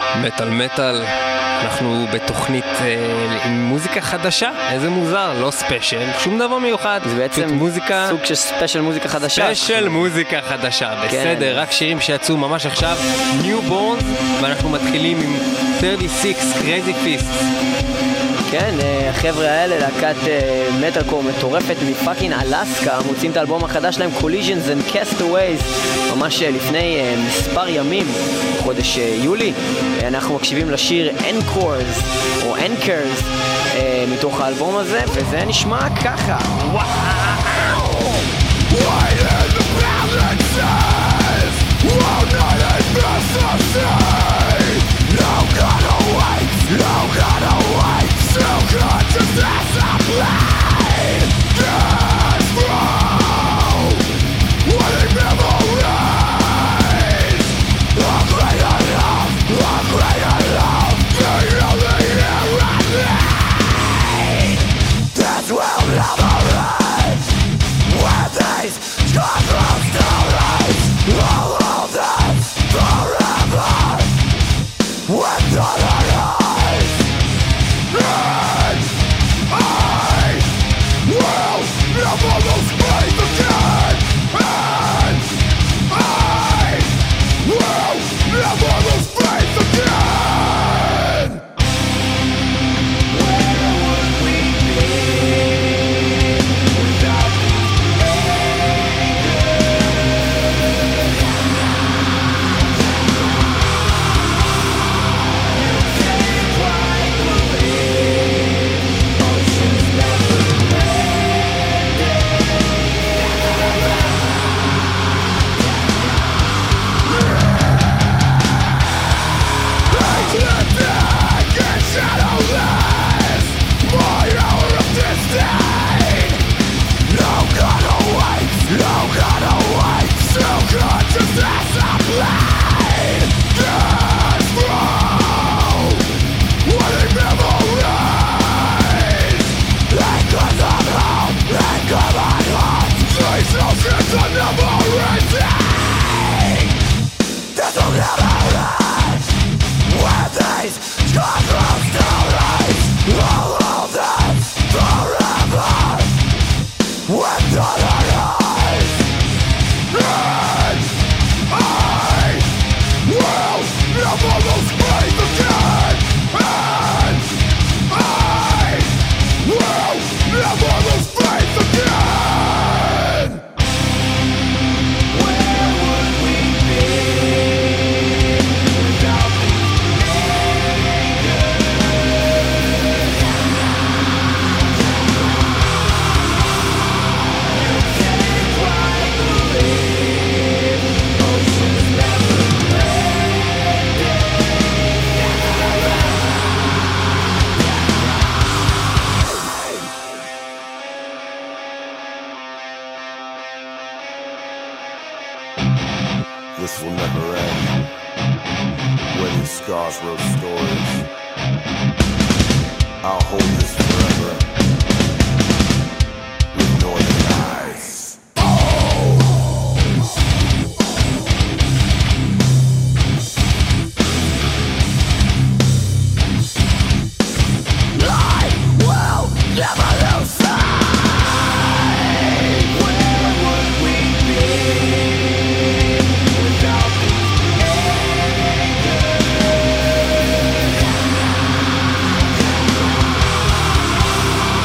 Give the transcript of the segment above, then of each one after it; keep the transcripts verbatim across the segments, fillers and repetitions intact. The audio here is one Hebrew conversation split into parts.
מטל מטל, אנחנו בתוכנית אה, עם מוזיקה חדשה, איזה מוזר, לא ספיישל, שום דבר מיוחד. זה בעצם מוזיקה... סוג של ספיישל מוזיקה חדשה. ספיישל מוזיקה חדשה, בסדר, כן. רק שירים שיצאו ממש עכשיו, Newborn, ואנחנו מתחילים עם שלושים ושש Crazy Fists. כן, החבר'ה האלה, להקת מטל קור מטורפת מפאקינג אלסקה, מוצאים את האלבום החדש שלהם, Collisions and Castaways, ממש לפני מספר ימים, חודש יולי. אנחנו מקשיבים לשיר Encores, או Anchors, מתוך האלבום הזה, וזה נשמע ככה. וואו! So good to pass a plane Gas through What a memories A greater love A greater love The only here and me This will never end With these cosmos stories All of this forever With none of us And I will never lose faith again And I will never lose faith again Where would we be without the shadowless, my hour of disdain. No God awaits, no God awaits. So good to pass a plane. Gas through what a memories. Anchors of hope, anchor my heart. These oceans are never ending. This will never end. With these cosmos stories, all of them forever, with none of us. And I will never lose faith again. And I will never lose faith again. Where would we be without the This will never end. When these scars wrote stories, I'll hold this forever with northern eyes. I will never lose sight. Where would we be? Without the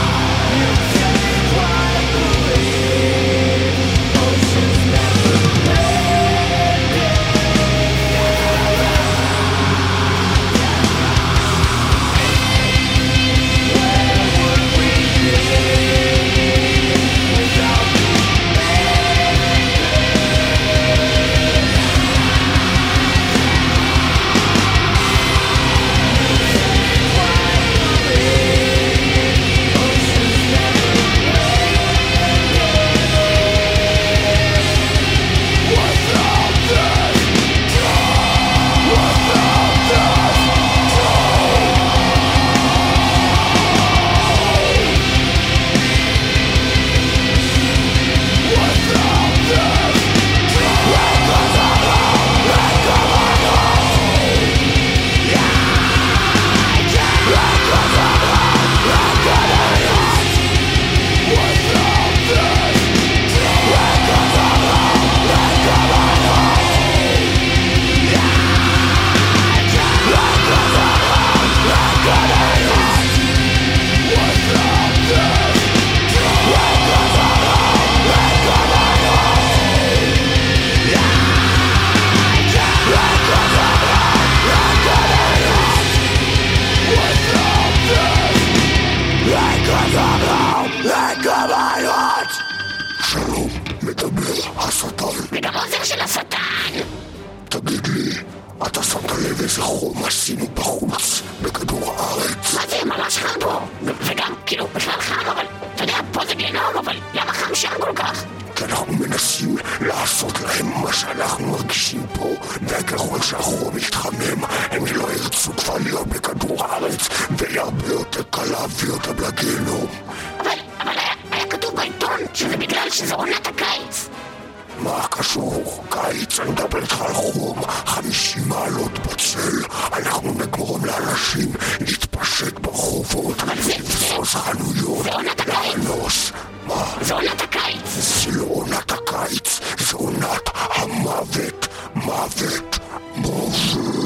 אתה שמת לב איזה חום עשינו בחוץ, בכדור הארץ? מה זה ממש חם פה? וגם, כאילו, בכלל חם, אבל, אתה יודע, פה זה גנום, אבל למה חם שם כל כך? כי אנחנו מנסים לעשות להם מה שאנחנו מרגישים פה, וככל שהחום יתחמם, הם לא ירצו כבר להיות בכדור הארץ, ויהיה הרבה יותר קל להביא אותם לגנום. אבל, אבל היה, היה כתוב בעיתון שזה בגלל שזה עונת הקיץ. מה קשור? קיץ, אני מדבר איתך על חום, חמישים מעלות בצל, אנחנו נגרום לאנשים להתפשט ברחובות, לתפוס חנויות, לאנוס. מה? זה עונת הקיץ. זה לא עונת הקיץ, זה עונת המוות, מוות, מוות.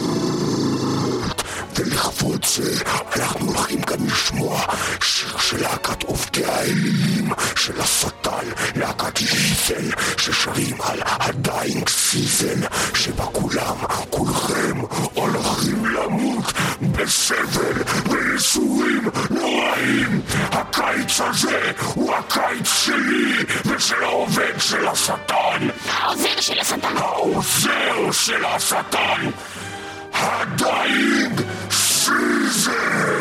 ולכבוד זה אנחנו הולכים גם לשמוע שיר של להקת עובדי האלילים של השטן, להקת היזל ששרים על הדיינג סיזן, שבה כולם, כולכם הולכים למות בסבל וייסורים נוראים. הקיץ הזה הוא הקיץ שלי ושל העובד של השטן. העוזר של השטן. העוזר של השטן. הדיינג סיזן.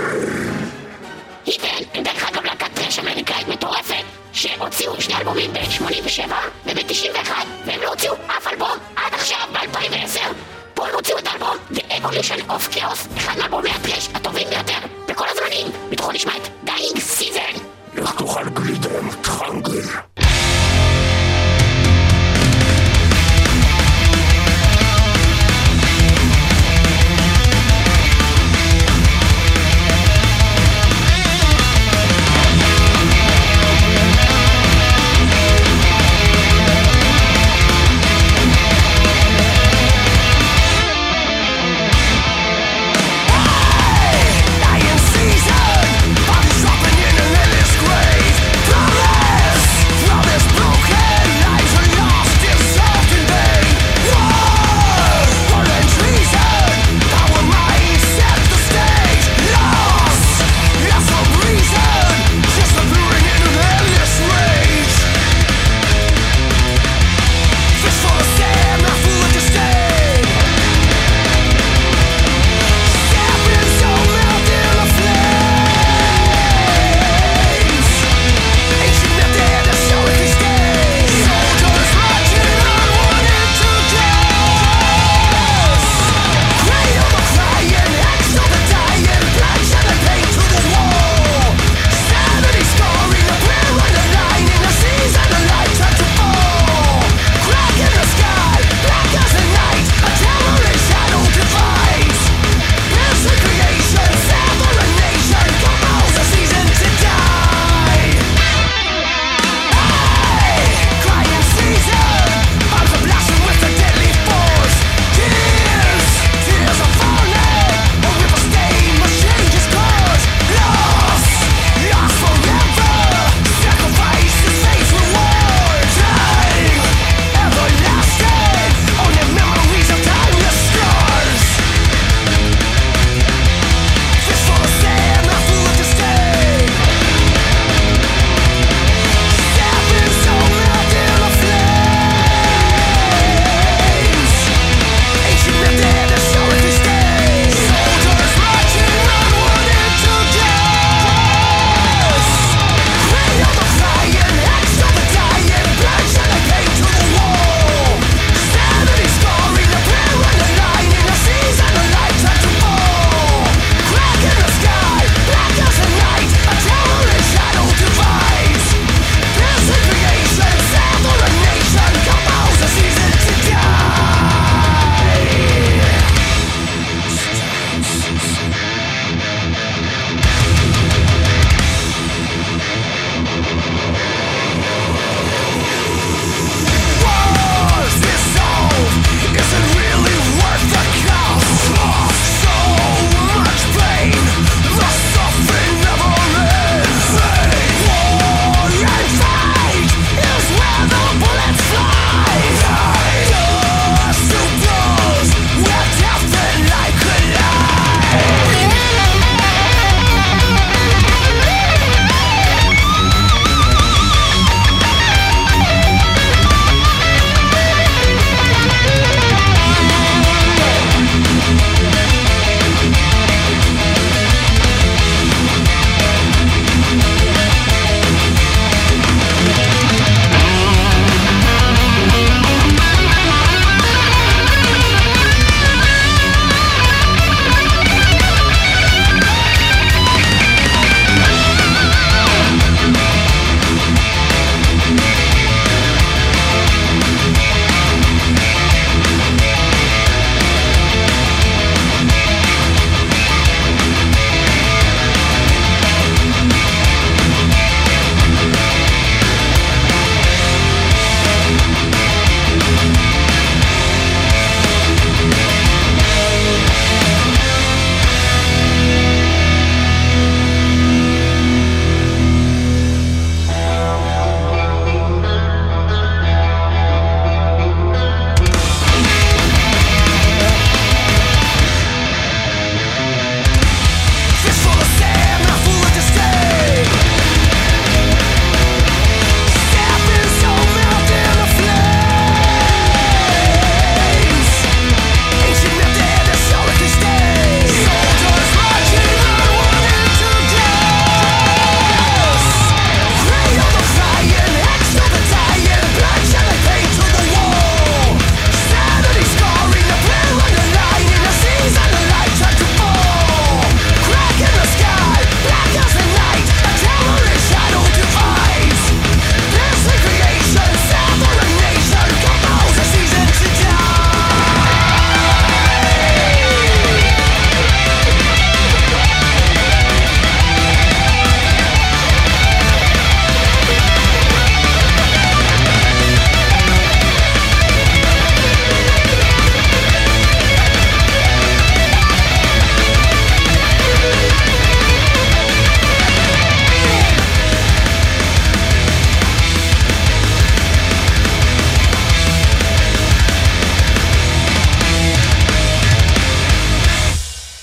היבל, הם דרך אגב להקת טרש אמריקאית מטורפת שהוציאו שני אלבומים ב-שמונים ושבע וב-תשעים ואחת, והם לא הוציאו אף אלבום עד עכשיו ב-אלפיים ועשר. פה הם הוציאו את האלבום The Evolution of Chaos, אחד מאלבומי הטרש הטובים ביותר בכל הזמנים. מתוכו נשמע את דיינג סיזן. לך תאכל גלידם, טרנגל. Season, bodies dropping in a endless grave. Flawless.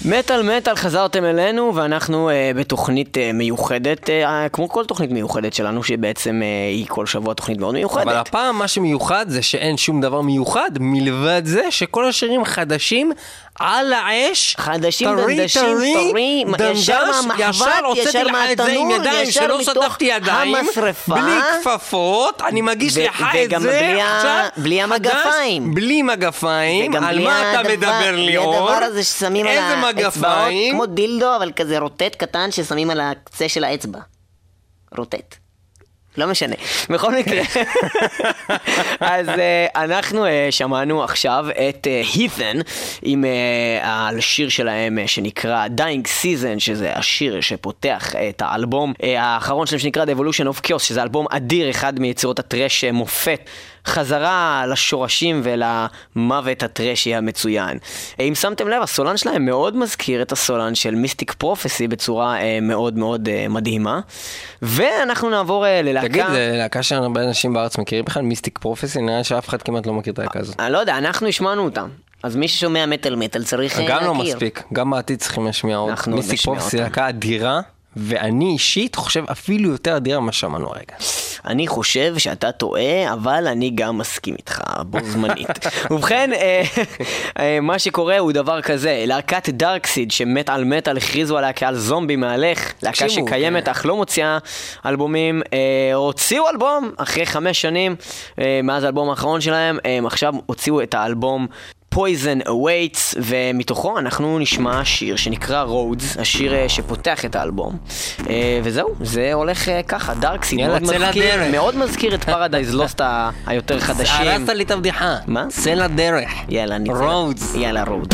מטל מטל חזרתם אלינו, ואנחנו uh, בתוכנית uh, מיוחדת, uh, כמו כל תוכנית מיוחדת שלנו, שבעצם uh, היא כל שבוע תוכנית מאוד מיוחדת. אבל הפעם מה שמיוחד זה שאין שום דבר מיוחד, מלבד זה שכל השירים חדשים על האש, חדשים דנדשים, טרי, ישר מהמחבת, ישר מהתנור, ישר מתוך המשרפה. בלי כפפות, אני מגיש לך את זה עכשיו. בלי המגפיים. בלי מגפיים, על מה אתה מדבר ליאור? הדבר הזה ששמים על האצבעות, כמו דילדו, אבל כזה רוטט קטן ששמים על הקצה של האצבע. רוטט. לא משנה. בכל מקרה. אז uh, אנחנו uh, שמענו עכשיו את הית'ן, uh, עם uh, השיר שלהם uh, שנקרא Dying Season, שזה השיר שפותח uh, את האלבום uh, האחרון שלהם שנקרא The Evolution of Chaos, שזה אלבום אדיר, אחד מיצירות הטרש uh, מופת. חזרה לשורשים ולמוות הטרשי המצוין. אם שמתם לב, הסולן שלהם מאוד מזכיר את הסולן של מיסטיק פרופסי בצורה אה, מאוד מאוד אה, מדהימה. ואנחנו נעבור אה, ללהקה... תגיד, זה להקה שהרבה אנשים בארץ מכירים בכלל מיסטיק פרופסי? נראה שאף אחד כמעט לא מכיר את הלהקה הזאת. אני לא יודע, אנחנו השמענו אותם. אז מי ששומע מטל מטל צריך להכיר. גם לא מספיק, גם בעתיד צריכים להשמיע עוד. מיסטיק פרופסי להקה אדירה. ואני אישית חושב אפילו יותר אדיר מה שמענו הרגע. אני חושב שאתה טועה, אבל אני גם מסכים איתך, בו זמנית. ובכן, מה שקורה הוא דבר כזה, להקת דארקסיד שמת על מטל הכריזו עליה כעל זומבי מהלך, להקה שקיימת אך לא מוציאה אלבומים, הוציאו אלבום אחרי חמש שנים, מאז האלבום האחרון שלהם, הם עכשיו הוציאו את האלבום Poison Awaits, ומתוכו אנחנו נשמע שיר שנקרא Roads, השיר שפותח את האלבום. וזהו, זה הולך ככה, דארקסיד, מאוד מזכיר, מאוד מזכיר את Paradise Lost היותר חדשים. הרסת לי את הבדיחה. מה? צא לדרך. יאללה, נצא. Roads. יאללה, Roads.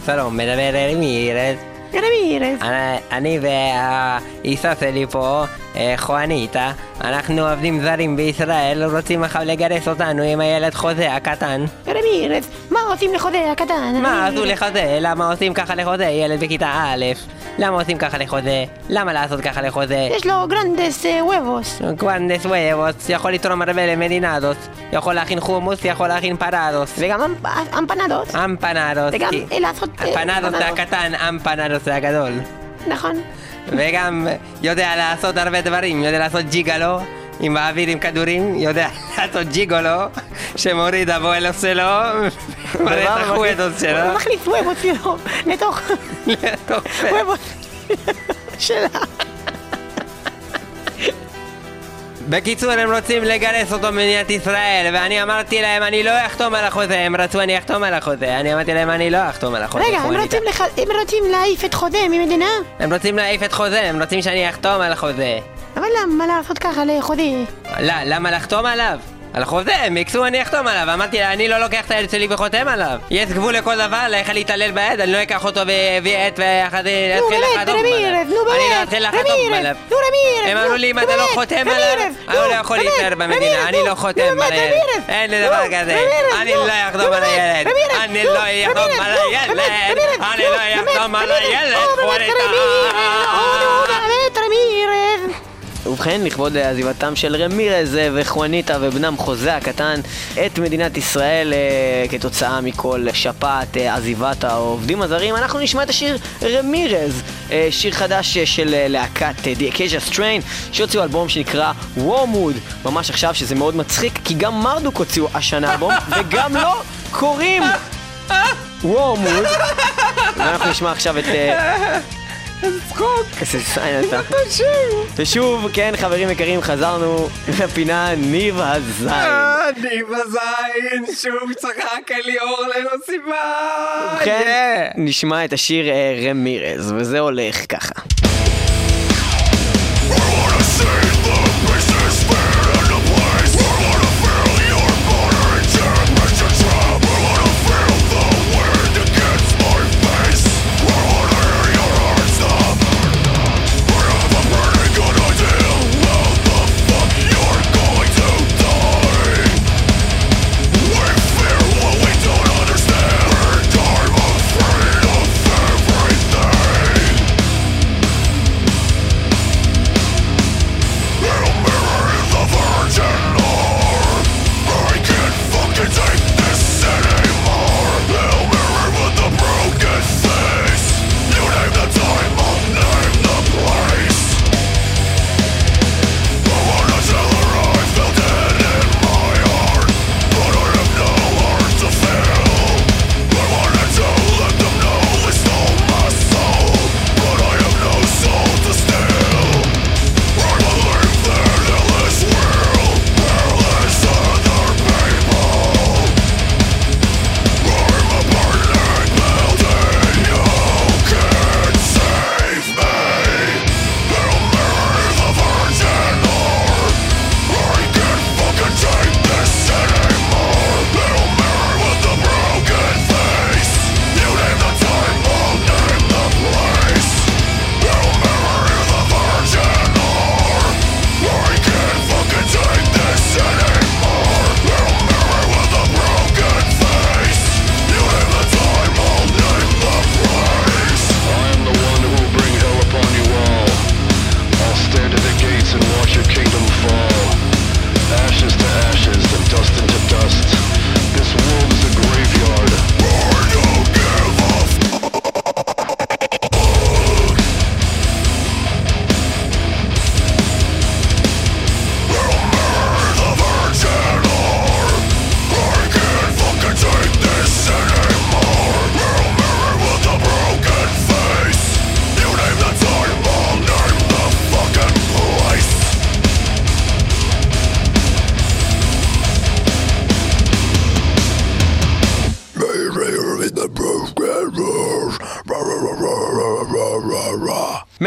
שלום, מדבר רמירז. רמירז. אני והאיסה שלי פה, חואניטה, אנחנו עובדים זרים בישראל, רוצים עכשיו לגרש אותנו עם הילד חוזה הקטן. רמירז, מה עושים לחוזה הקטן? מה עשו לחוזה? למה עושים ככה לחוזה? ילד בכיתה א', למה עושים ככה לחוזה? למה לעשות ככה לחוזה? יש לו גרנדס וובוס. גרנדס וובוס, יכול לתרום הרבה למדינה הזאת, יכול להכין חומוס, יכול להכין פרדוס. וגם אמפנדוס. אמפנדוס. וגם לעשות... אמפנדוס זה הקטן, אמפנדוס זה הגדול. נכון. וגם יודע לעשות הרבה דברים, יודע לעשות ג'יגלו עם האוויר עם כדורים, יודע לעשות ג'יגולו שמוריד אבואלו שלו מראה את החוודוס שלו. הוא מכניס וובוס שלו לתוך... לתוך וובוס שלה. בקיצור, הם רוצים לגרש אותו במדינת ישראל, ואני אמרתי להם אני לא אחתום על החוזה, הם רצו אני אחתום על החוזה, אני אמרתי להם אני לא אחתום על החוזה. רגע, הם רוצים, לח... הם רוצים להעיף את חוזה ממדינה? הם רוצים להעיף את חוזה, הם רוצים שאני אחתום על החוזה. אבל למה לעשות ככה לחוזה? לא, למה לחתום עליו? על החוזה, הם יקסו אני אחתום עליו, אמרתי לה, אני לא לוקח את הילד שלי וחותם עליו. יש גבול לכל דבר, איך להתעלל בילד, אני לא אקח אותו ואביא עט ואחד אתחיל לחתום עליו. נו באמת, אני לא אתחיל לחתום עליו. נו רמירז, הם אמרו לי, אם אתה לא חותם עליו, אני לא יכול להישאר במדינה, אני לא חותם על הילד. אין לי דבר כזה, אני לא אחתום על הילד. אני לא אחתום על הילד. אני לא אחתום על הילד. ובכן, לכבוד עזיבתם של רמירז וחואניטה ובנם חוזה הקטן את מדינת ישראל כתוצאה מכל שפעת עזיבת העובדים הזרים, אנחנו נשמע את השיר רמירז, שיר חדש של להקת The Acacia Strain, שהוציאו אלבום שנקרא Wormwood ממש עכשיו, שזה מאוד מצחיק כי גם מרדוק הוציאו השנה אלבום וגם לא קוראים Wormwood. ואנחנו נשמע עכשיו את... צחוק! איזה סיין אתה. ושוב, כן חברים יקרים, חזרנו לפינה ניב הזין. ניב הזין, שוב צחק אליאור ללא סיבה. ובכן, נשמע את השיר רמירז, וזה הולך ככה. Little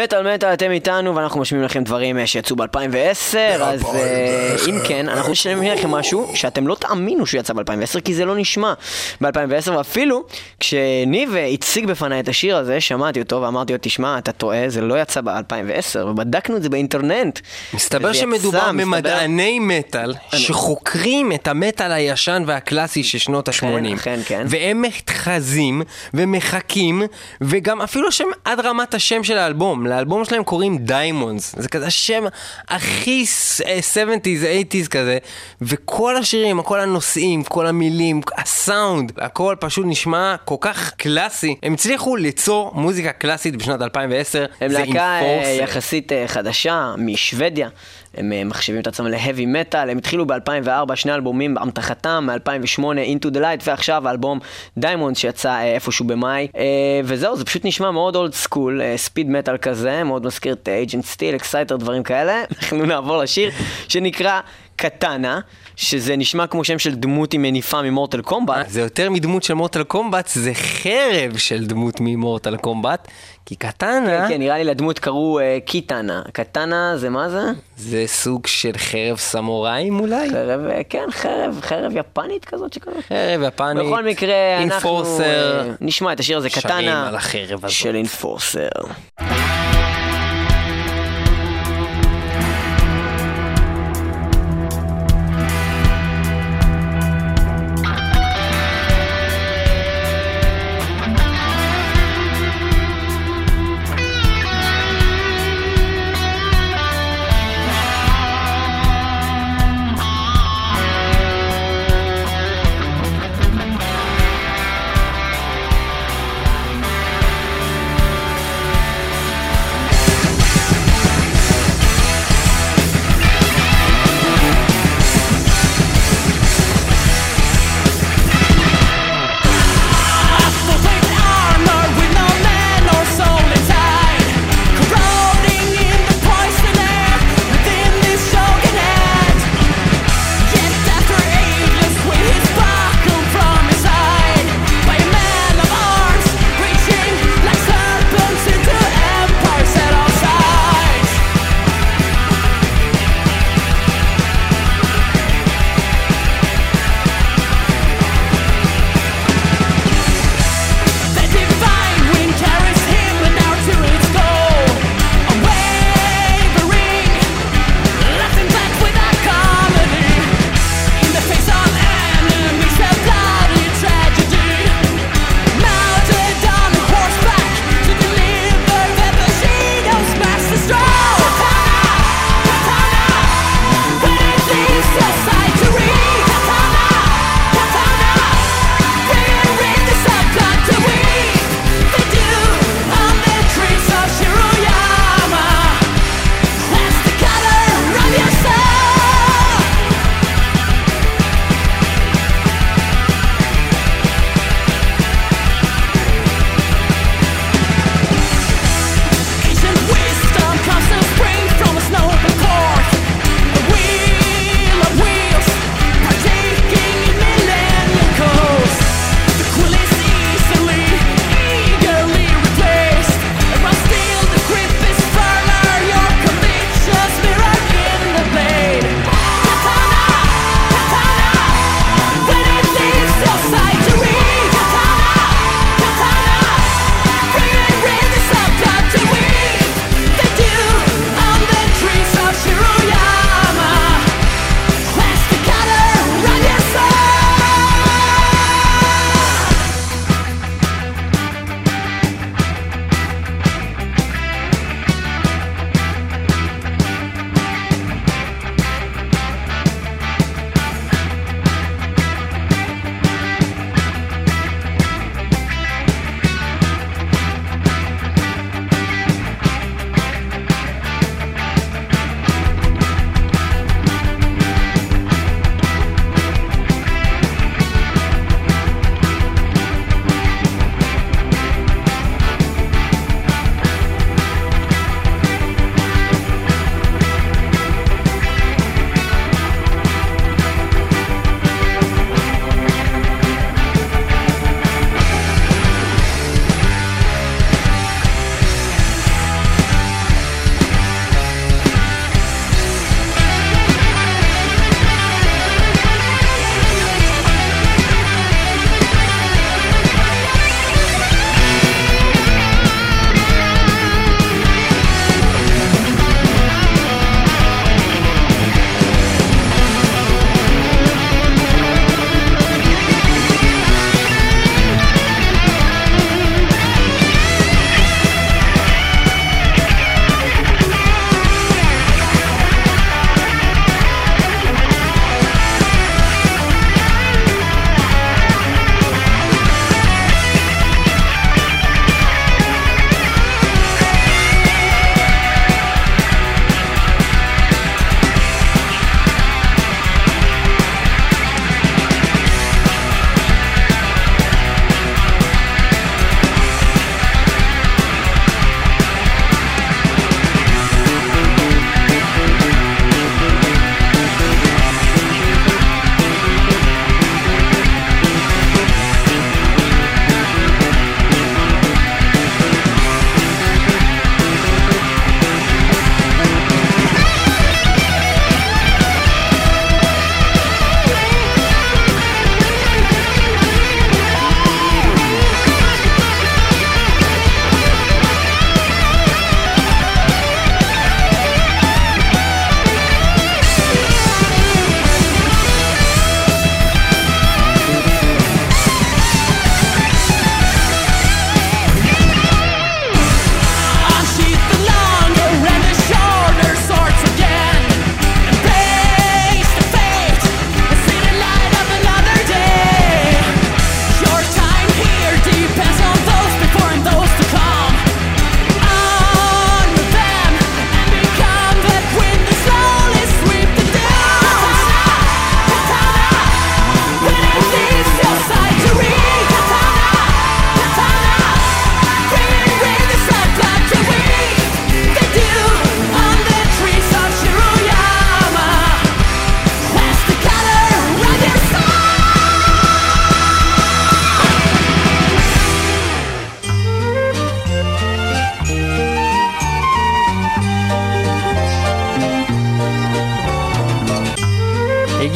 מטל מטל, אתם איתנו ואנחנו משמיעים לכם דברים שיצאו ב-אלפיים ועשר, אז אם כן, אנחנו נשמיע לכם משהו שאתם לא תאמינו שהוא יצא ב-אלפיים ועשר, כי זה לא נשמע ב-אלפיים ועשר, ואפילו כשניב הציג בפני את השיר הזה, שמעתי אותו ואמרתי לו, תשמע, אתה טועה, זה לא יצא ב-אלפיים ועשר, ובדקנו את זה באינטרנט. מסתבר שמדובר במדעני מטל שחוקרים את המטל הישן והקלאסי של שנות ה-שמונים. כן, כן. והם מתחזים ומחכים, וגם אפילו שם עד רמת השם של האלבום. לאלבום שלהם קוראים דיימונדס. זה כזה השם הכי שבעים, שמונים כזה. וכל השירים, כל הנושאים, כל המילים, הסאונד, הכל פשוט נשמע כל כך קלאסי. הם הצליחו ליצור מוזיקה קלאסית בשנת אלפיים ועשר. הם להקה יחסית חדשה משוודיה. הם מחשיבים את עצמם להאבי מטל, הם התחילו ב-אלפיים וארבע, שני אלבומים באמתחתם, מ-אלפיים ושמונה, Into the Light, ועכשיו האלבום Diamonds שיצא איפשהו במאי, וזהו, זה פשוט נשמע מאוד אולד סקול, ספיד מטל כזה, מאוד מזכיר את Agent Steel, Exciter, דברים כאלה. אנחנו נעבור לשיר שנקרא קטנה, שזה נשמע כמו שם של דמות עם מניפה ממורטל קומבט. זה יותר מדמות של מורטל קומבט, זה חרב של דמות ממורטל קומבט, כי קטנה... כן, כן, נראה לי לדמות קראו uh, קיטנה. קטנה זה מה זה? זה סוג של חרב סמוראים אולי? חרב, כן, חרב, חרב יפנית כזאת שכזאת. חרב יפנית. בכל מקרה, אינפורסר, אנחנו uh, נשמע את השיר הזה, קטנה של אינפורסר.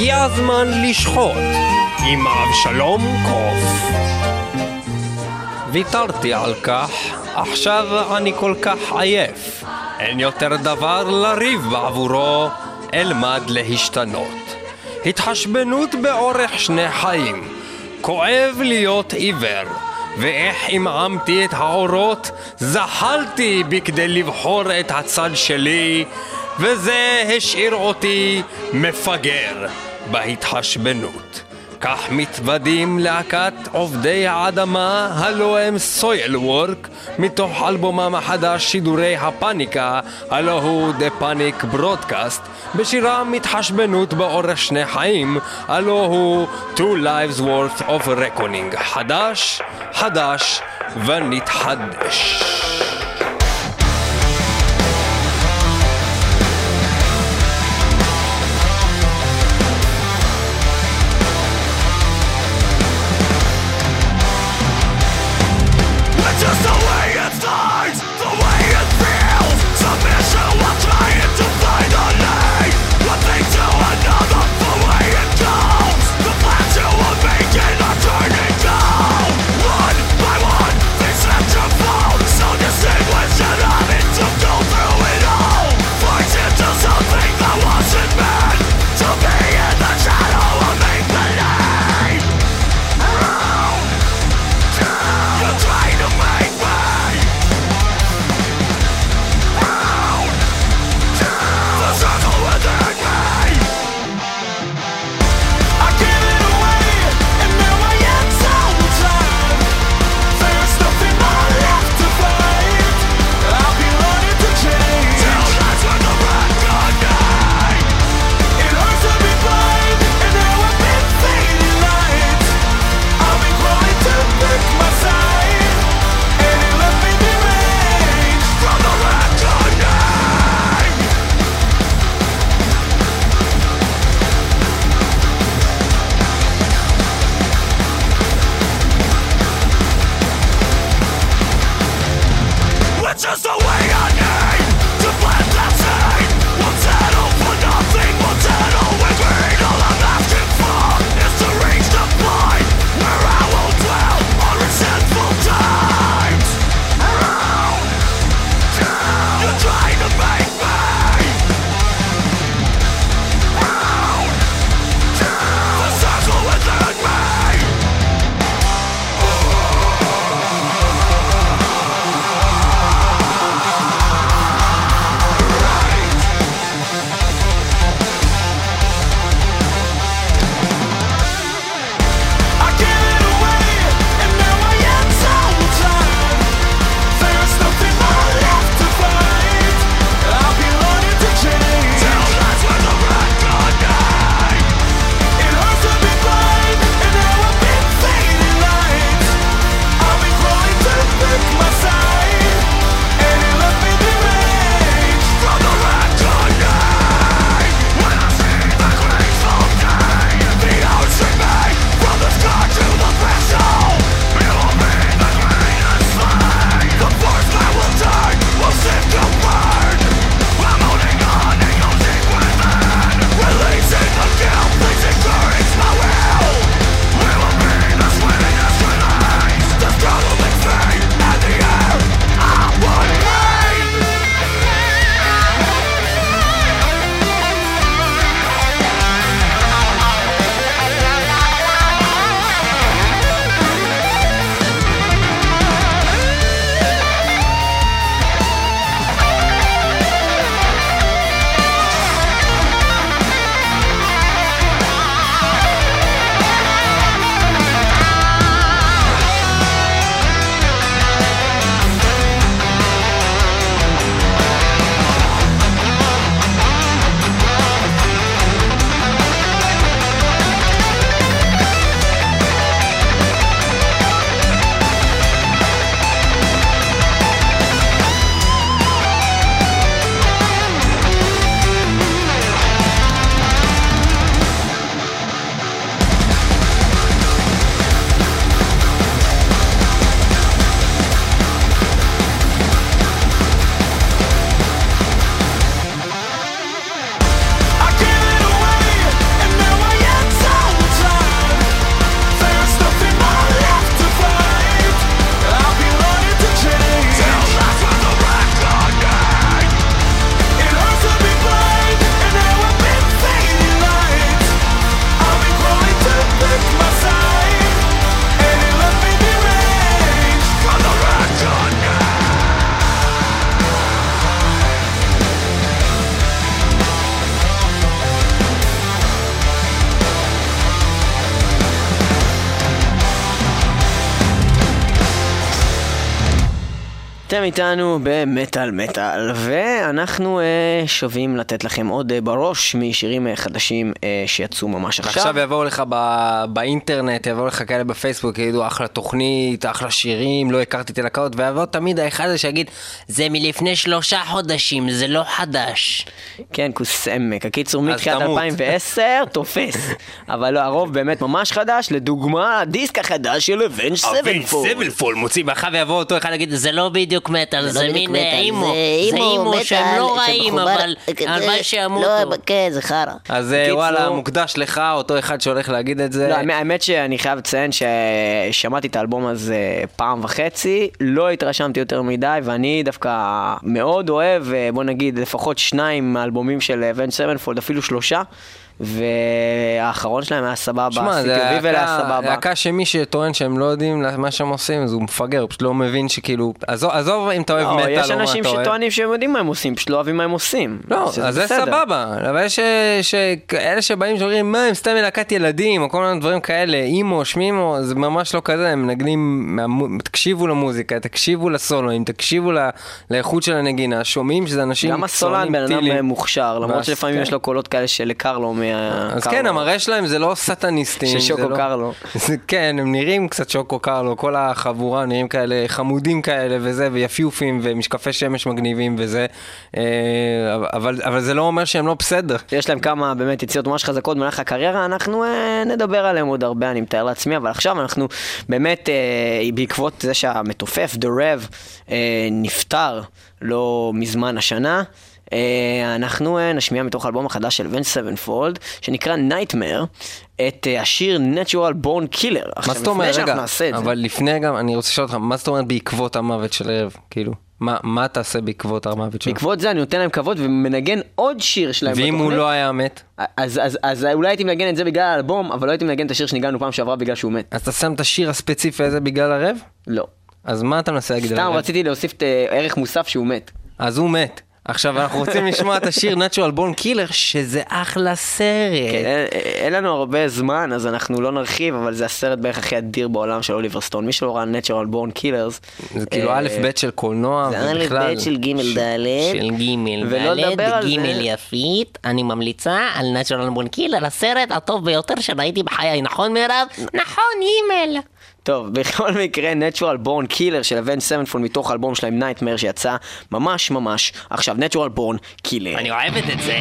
הגיע הזמן לשחוט עם אבשלום קוף. ויתרתי על כך, עכשיו אני כל כך עייף. אין יותר דבר לריב בעבורו, אלמד להשתנות. התחשבנות באורך שני חיים. כואב להיות עיוור, ואיך אמעמתי את האורות, זחלתי בכדי לבחור את הצד שלי, וזה השאיר אותי מפגר בהתחשבנות. כך מתוודים להקת עובדי האדמה, הלו הם סויל וורק, מתוך אלבומם החדש שידורי הפאניקה, הלו הוא The Panic Broadcast, בשירם התחשבנות באורך שני חיים, הלו הוא Two Lives Worth of Reckoning. חדש, חדש ונתחדש. So this אתם איתנו במטל מטל, ואנחנו אה, שווים לתת לכם עוד אה, בראש משירים אה, חדשים אה, שיצאו ממש עכשיו. עכשיו יבואו לך ב- באינטרנט, יבואו לך כאלה בפייסבוק, יגידו אחלה תוכנית, אחלה שירים, לא הכרתי את הלהקות, ויבוא תמיד האחד הזה שיגיד, זה מלפני שלושה חודשים, זה לא חדש. כן, כוסמק. הקיצור מתחילת אלפיים ועשר תופס. אבל לא, הרוב באמת ממש חדש, לדוגמה, הדיסק החדש של Avenged Sevenfold. Sevenfold מוציא מאחר ויבוא אותו אחד להגיד, זה לא בדיוק מטל, זה מין אימו, זה זה אימו שהם לא רעים, אבל הלוואי שימותו. לא, כן, זה חרא. אז וואלה, מוקדש לך, אותו אחד שהולך להגיד את זה. לא, האמת שאני חייב לציין ששמעתי את האלבום הזה פעם וחצי, לא התרשמתי יותר מדי, ואני דווקא מאוד אוהב, בוא נגיד, לפחות שניים מהאלבומים של Avenged Sevenfold, אפילו שלושה, והאחרון שלהם היה סבבה, סיטיובי היה סבבה. להקה שמי שטוען שהם לא יודעים מה שהם עושים, אז הוא מפגר, פשוט לא מבין שכאילו, עזוב אם אתה אוהב מטל או מה אתה אוהב. יש אנשים שטוענים שהם יודעים מה הם עושים, פשוט לא אוהבים מה הם עושים. לא, אז זה סבבה, אבל יש אלה שבאים שאומרים, מה, הם סתם מלהקת ילדים, או כל מיני דברים כאלה, אימו, שמימו, זה ממש לא כזה, הם מנגנים, תקשיבו למוזיקה, תקשיבו לסולואים, תקשיבו לאיכות של הנגינה, שומעים שזה אנשים גם הסולן בן אדם מוכשר, למרות שלפעמים יש לו קולות כאלה של קרלו. אז כן, המראה שלהם זה לא סטניסטים. של שוקו קרלו. כן, הם נראים קצת שוקו קרלו, כל החבורה נראים כאלה חמודים כאלה וזה, ויפיופים ומשקפי שמש מגניבים וזה, אבל זה לא אומר שהם לא בסדר. יש להם כמה באמת יציאות ממש חזקות במהלך הקריירה, אנחנו נדבר עליהם עוד הרבה, אני מתאר לעצמי, אבל עכשיו אנחנו באמת, בעקבות זה שהמתופף, The Rev, נפטר לא מזמן השנה, אנחנו נשמיע מתוך האלבום החדש של Avenged Sevenfold שנקרא Nightmare את השיר Natural Born Killer. מה זאת אומרת? רגע, אבל לפני גם אני רוצה לשאול אותך, מה זאת אומרת בעקבות המוות של רב? כאילו, מה תעשה בעקבות המוות שלו? בעקבות זה אני נותן להם כבוד ומנגן עוד שיר שלהם בתוכנית. ואם הוא לא היה מת? אז אולי הייתי מנגן את זה בגלל האלבום, אבל לא הייתי מנגן את השיר שניגענו פעם שעברה בגלל שהוא מת. אז אתה שם את השיר הספציפי הזה בגלל הרב? לא. אז מה אתה מנסה להגיד על הרב? סתם רציתי להוסיף ערך מוסף שהוא מת. אז הוא מת. עכשיו אנחנו רוצים לשמוע את השיר Natural Born Killer, שזה אחלה סרט. אין לנו הרבה זמן, אז אנחנו לא נרחיב, אבל זה הסרט בערך הכי אדיר בעולם של אוליבר סטון. מי שלא ראה Natural Born Killers. זה כאילו א' ב' של קולנוע. זה א' ב' של ג' ד'. של ג' ד', ג' יפית. אני ממליצה על Natural Born Killer, הסרט הטוב ביותר שראיתי בחיי. נכון מירב? נכון, אימייל. טוב, בכל מקרה, Natural Born Killer של Avenged Sevenfold מתוך האלבום שלהם Nightmare שיצא ממש ממש עכשיו, Natural Born Killer. אני אוהבת את זה.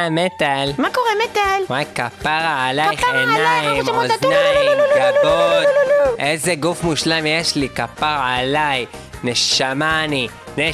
מה, מטל? מה קורה, מטל? וואי, כפרה עלייך, כפרה עלייך, עיניים, אנחנו שמות אוזניים, לא, לא, לא, לא, לא, לא, גבות. לא, לא. איזה גוף מושלם יש לי, כפרה עליי. נשמה אני,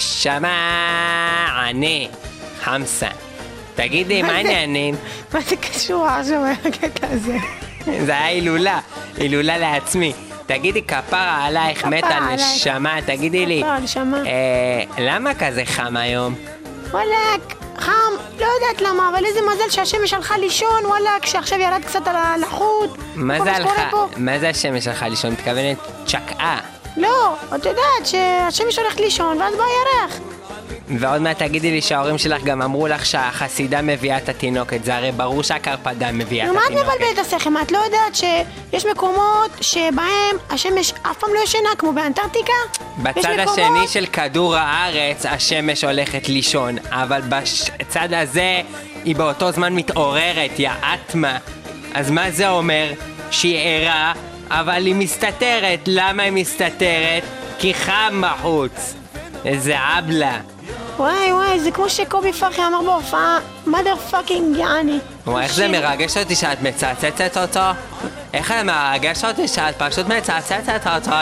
נשמה אני. חמסה. תגידי, מה העניינים? מה זה קשור עכשיו הקטע הזה? זה היה הילולה, הילולה לעצמי. תגידי, כפרה עלייך, כפרה מת על עלייך. נשמה, תגידי לי. כפרה, נשמה. אה, למה כזה חם היום? וואלק, חם, לא יודעת למה, אבל איזה מזל שהשמש הלכה לישון, וואלק, שעכשיו ירד קצת על הלחות. מה כל זה שקורה הלכה? פה. מה זה השמש הלכה לישון? מתכוונת צ'קעה. לא, את יודעת שהשמש הולכת לישון, ואז בא הירח. ועוד מעט תגידי לי שההורים שלך גם אמרו לך שהחסידה מביאה את התינוקת, זה הרי ברור שהקרפדה מביאה את נו, מה את התינוקת. מבלבלת את השכל? מה, את לא יודעת שיש מקומות שבהם השמש אף פעם לא ישנה, כמו באנטארקטיקה? יש בצד מקומות- השני של כדור הארץ השמש הולכת לישון, אבל בצד הזה היא באותו זמן מתעוררת, יא אטמה. אז מה זה אומר? שהיא ערה, אבל היא מסתתרת. למה היא מסתתרת? כי חם בחוץ. איזה עבלה. וואי וואי, זה כמו שקובי פרחי אמר בהופעה, mother fucking יעני. וואי, איך זה שיר. מרגש אותי שאת מצצצת אותו? איך זה מרגש אותי שאת פשוט מצצצת אותו?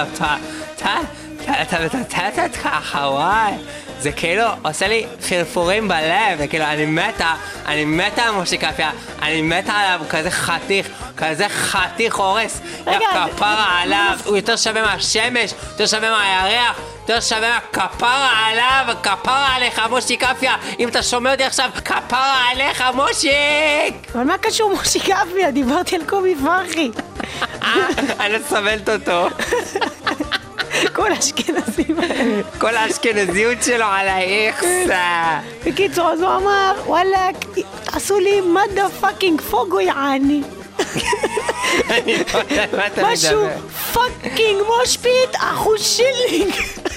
אתה מצצצת ככה, וואי. זה כאילו עושה לי פרפורים בלב, וכאילו אני מתה, אני מתה על מושיקפיה, אני מתה עליו, הוא כזה חתיך, כזה חתיך הורס. רגע, יא זה- כפרה עליו, הוא יותר שווה מהשמש, יותר שווה מהירח, יותר שווה מהכפרה עליו, כפרה עליך מושיקפיה. אם אתה שומע אותי עכשיו, כפרה עליך מושיק! אבל מה קשור מושיק אביה? דיברתי על קובי פרחי. אני סובלת אותו. כל האשכנזים האלה. כל האשכנזיות שלו על האיכסה. בקיצור, אז הוא אמר, וואלק, תעשו לי mother fucking פוגו יעני. אני לא יודעת מה אתה משהו מדבר. פאקינג מושפיט אחוז שילינג.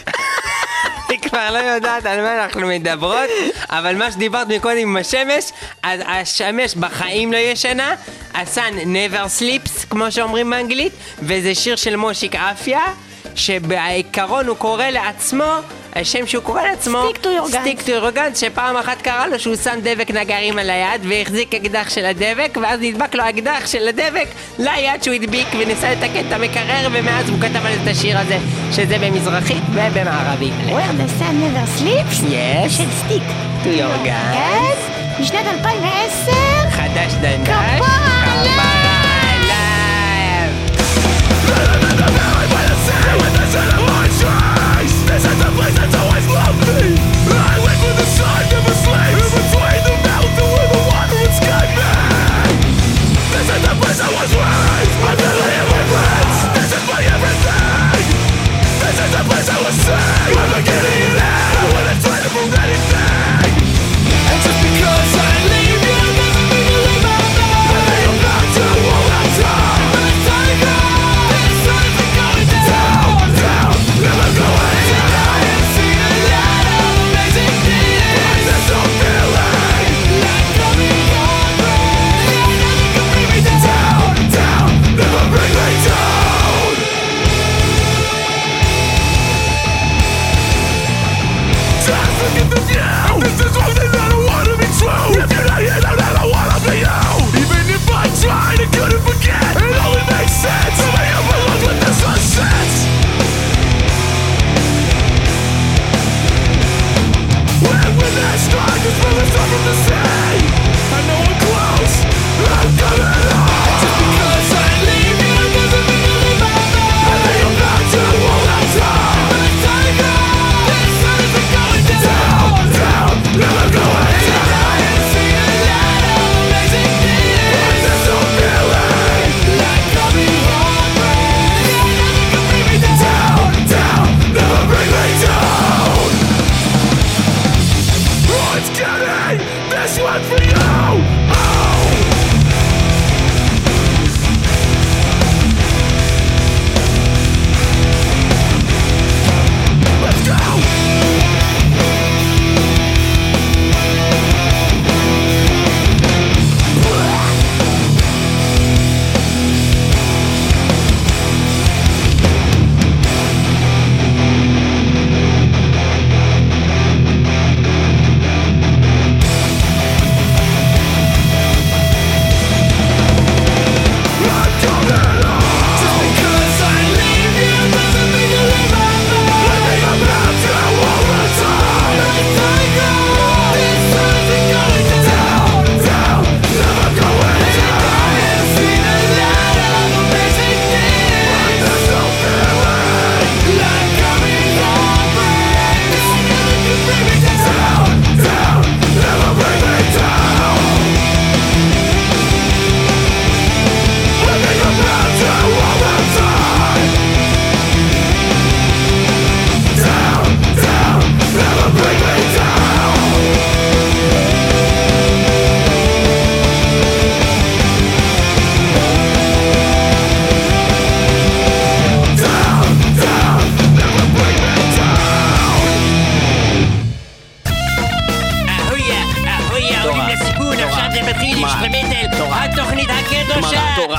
אני כבר לא יודעת על מה אנחנו מדברות, אבל מה שדיברת מקודם עם השמש, אז השמש בחיים לא ישנה, הסן never sleeps, כמו שאומרים באנגלית, וזה שיר של מושיק אפיה, שבעיקרון הוא קורא לעצמו, השם שהוא קורא לעצמו, Stick to your guns. Stick to your guns, שפעם אחת קרה לו שהוא שם דבק נגרים על היד והחזיק אקדח של הדבק, ואז נדבק לו אקדח של הדבק ליד שהוא הדביק וניסה לתקן את המקרר, ומאז הוא כתב על את השיר הזה, שזה במזרחית ובמערבית. Where the sun never sleeps? Yes. של סטיק. To your guns. כן, משנת אלפיים ועשר. חדש דנדש. כפרה עליו. כפרה עליו. This is the place that's always loved me. I live with the sun, never slave. In between the mountain where the water and sky meet. This is the place I was raised. I'm gonna live with friends. This is my everything. This is the place I was saved. I'm beginning and end when it's time to prove anything. And just because I leave you doesn't mean you leave my life. I am not to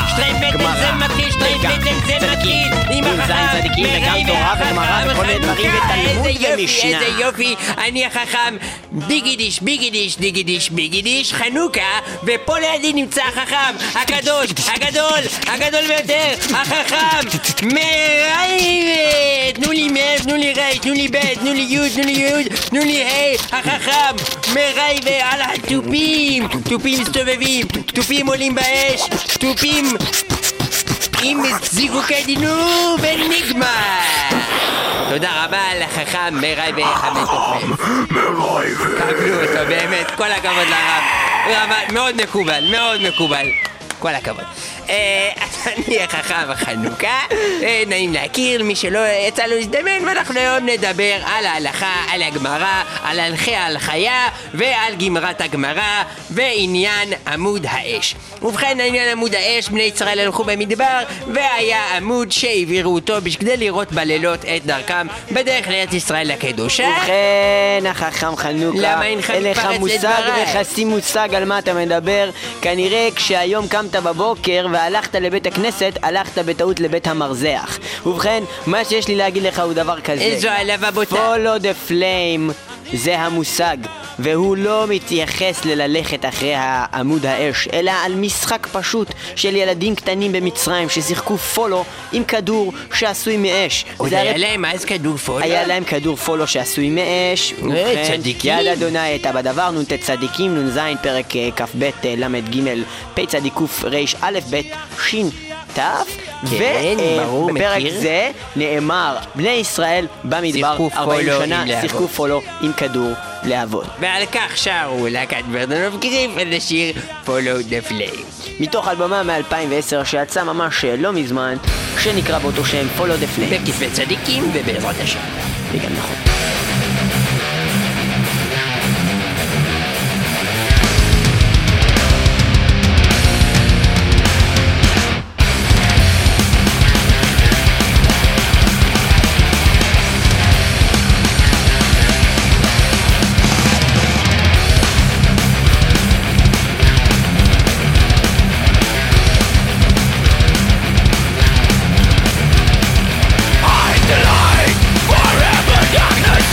שטרייפטל זה מתחיל, שטרייפטל זה מתחיל עם החכם, צדיקים וגם תורה וגמרא וכל מיני דברים ותלמוד ומשנה. איזה יופי, אני החכם, ביגידיש, ביגידיש, דיגידיש, ביגידיש, חנוכה, ופה לידי נמצא החכם, הקדוש, הגדול, הגדול ביותר, החכם, מרייב, תנו לי מ', תנו לי ר', תנו לי ב', תנו לי י', תנו לי י', תנו לי ה', החכם, מרייב על התופים, תופים מסתובבים, תופים עולים באש, תופים עם זיקוקי דינור ונגמר. תודה רבה לחכם מרייב המתופף. מרייב. קבלו אותו, באמת, כל הכבוד לרב. מאוד מקובל, מאוד מקובל. כל הכבוד. אני החכם החנוכה, נעים להכיר, מי שלא יצא לו להזדמן, ואנחנו היום נדבר על ההלכה, על הגמרא, על הלכי ההלכיה ועל גמרת הגמרא ועניין עמוד האש. ובכן, עניין עמוד האש, בני ישראל הלכו במדבר, והיה עמוד שהעבירו אותו כדי לראות בלילות את דרכם בדרך לארץ ישראל הקדושה. ובכן, החכם חנוכה, למה אינך מתפרץ מושג וחסי מושג על מה אתה מדבר. כנראה כשהיום קמת בבוקר והלכת לבית הכנסת, הלכת בטעות לבית המרזח. ובכן, מה שיש לי להגיד לך הוא דבר כזה. איזו העלבה בוטה. Follow the flame זה המושג, והוא לא מתייחס לללכת אחרי עמוד האש, אלא על משחק פשוט של ילדים קטנים במצרים ששיחקו פולו עם כדור שעשוי מאש. עוד היה להם אז כדור פולו? היה להם כדור פולו שעשוי מאש. צדיקים. יד אדוני הייתה בדבר, נ"ט צדיקים, נ"ז פרק כ"ב למ"ג פ' צדיקוף ר' א' ב' ש' ת', ובפרק זה נאמר בני ישראל במדבר ארבעים שנה שיחקו פולו עם כדור לעבוד. ועל כך שרו להקת ברדון אוף גריף את השיר Follow the Flame, מתוך אלבומה מ-אלפיים ועשר שיצא ממש לא מזמן, שנקרא באותו שם Follow the Flame, בכיפי צדיקים ובעזרת השם. וגם נכון. Forever darkness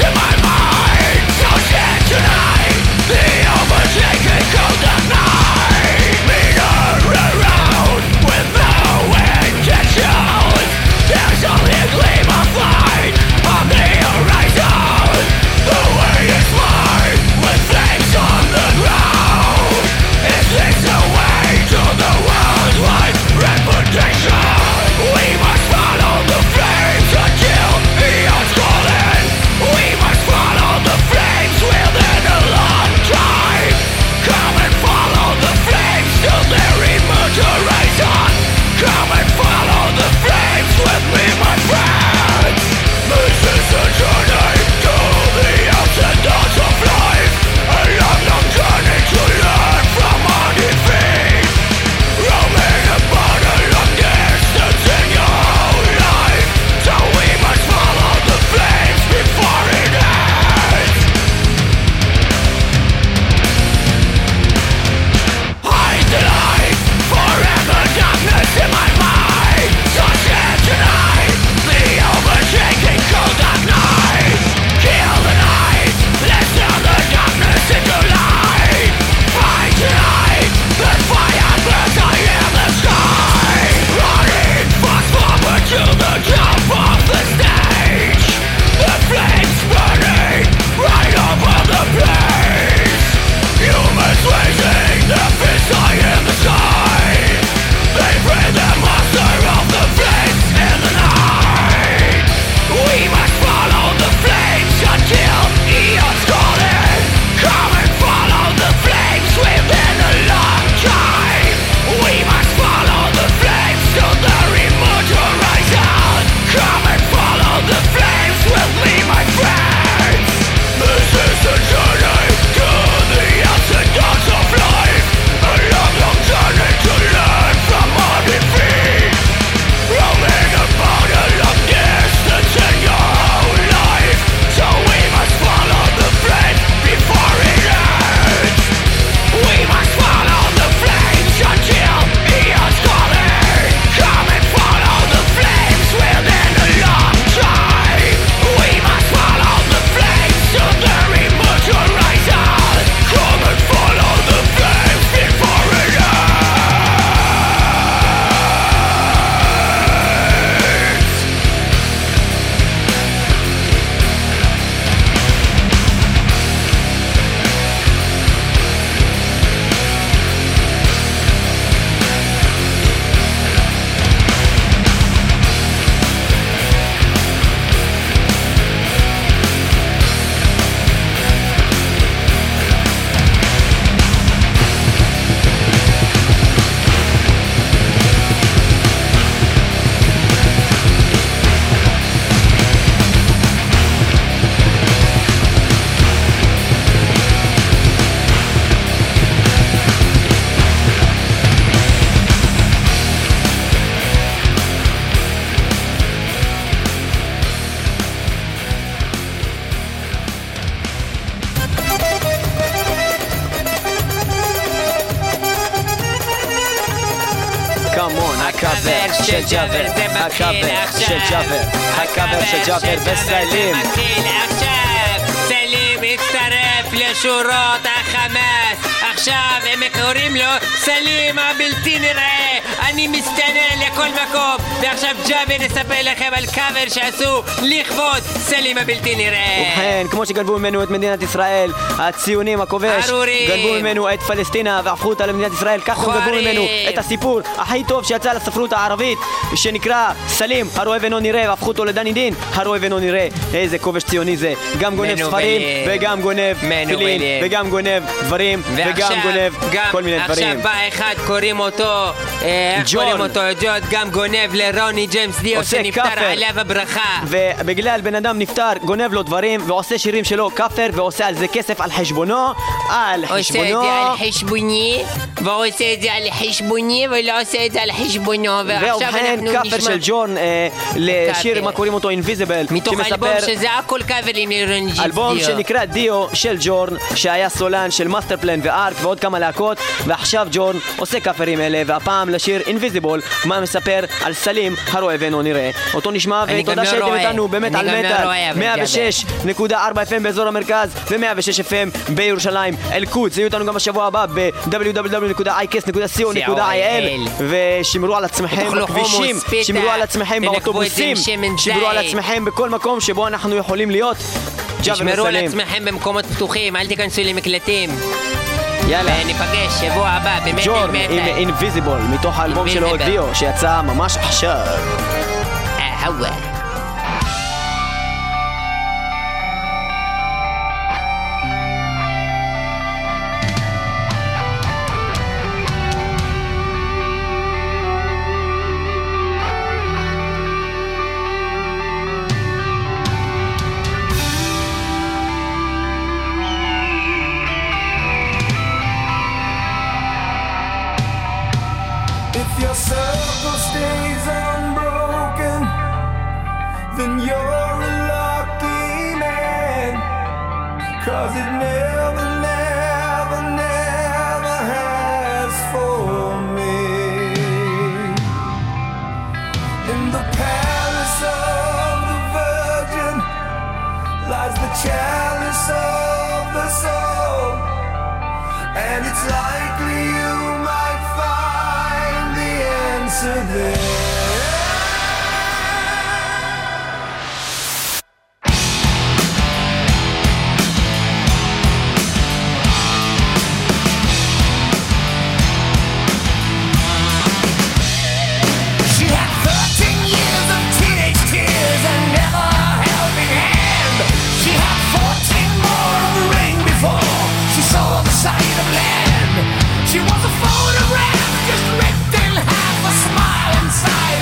קאמון, הקאבר של ג'אבר, הקאבר של ג'אבר, הקאבר של ג'אבר וסלים. סלים הצטרף לשורות החמאס, עכשיו הם קוראים לו סלים הבלתי נראה. אני מסתנן לכל מקום, ועכשיו ג'אבר יספר לכם על קאבר שעשו לכבוד סלים הבלתי נראה. ובכן, כמו שגנבו ממנו את מדינת ישראל, הציונים הכובש גנבו ממנו את פלסטינה והפכו אותה למדינת ישראל, כך גם גנבו ממנו את הסיפור הכי טוב שיצא לספרות הערבית, שנקרא סלים הרואה ואינו נראה, והפכו אותו לדני דין הרואה ואינו נראה. איזה כובש ציוני זה, גם גונב ספרים וגם גונב תפילין וגם גונב דברים וגם גונב כל מיני דברים. עכשיו בא אחד, קוראים אותו קוראים אותו ג'וד, גם גונב לרוני ג'יימס דיו שנפטר עליו הברכה, ובגלל בן אדם נפטר גונב לו דברים ועושה שירים שלו כפר ועושה על זה כסף על חשבונו, על חשבונו, עושה את זה על חשבוני ועושה את זה על חשבוני ולא עושה את זה על חשבונו. ועכשיו אנחנו נשמע כפר של ג'ון לשיר מה קוראים אותו אינביזיבל, מתוך אלבום שזה הכל קאברים לרוני ג'יימס דיו, אלבום שנקרא דיו של ג'ורן שהיה סולן של מאסטר פלן וארק ועוד כמה להקות, ועכשיו ג'ורן עושה כפרים אלה, והפעם לשיר אינביזיבול מה מספר על סלים הרואה ואינו נראה. אותו נשמע, ותודה שהייתם איתנו באמת על מטל מאה ושש נקודה ארבע אף אם באזור המרכז ו-מאה ושש אף אם בירושלים. אל-קודס, יהיו איתנו גם בשבוע הבא ב-דאבליו דאבליו דאבליו נקודה איי קס נקודה סי או נקודה איי אל, ושמרו על עצמכם בכבישים, שמרו על עצמכם באוטובוסים, שמרו על עצמכם בכל מקום שבו אנחנו יכולים להיות. תשמרו על עצמכם במקומות פתוחים, אל תיכנסו למקלטים. יאללה, וניפגש שבוע הבא במטל ג'ורן עם אינביזיבול מתוך האלבום שלו דיו שיצא ממש עכשיו. אהווה. Your circle stays unbroken, then you're a lucky man, 'cause it never, never, never has for me. In the palace of the Virgin lies the chalice of the soul, and it's likely you might find the answer there. She had thirteen years of teenage tears and never held in hand. She had fourteen more of the ring before she saw the sight of land. She was a photograph just ripped in half, a smile inside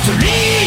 to leave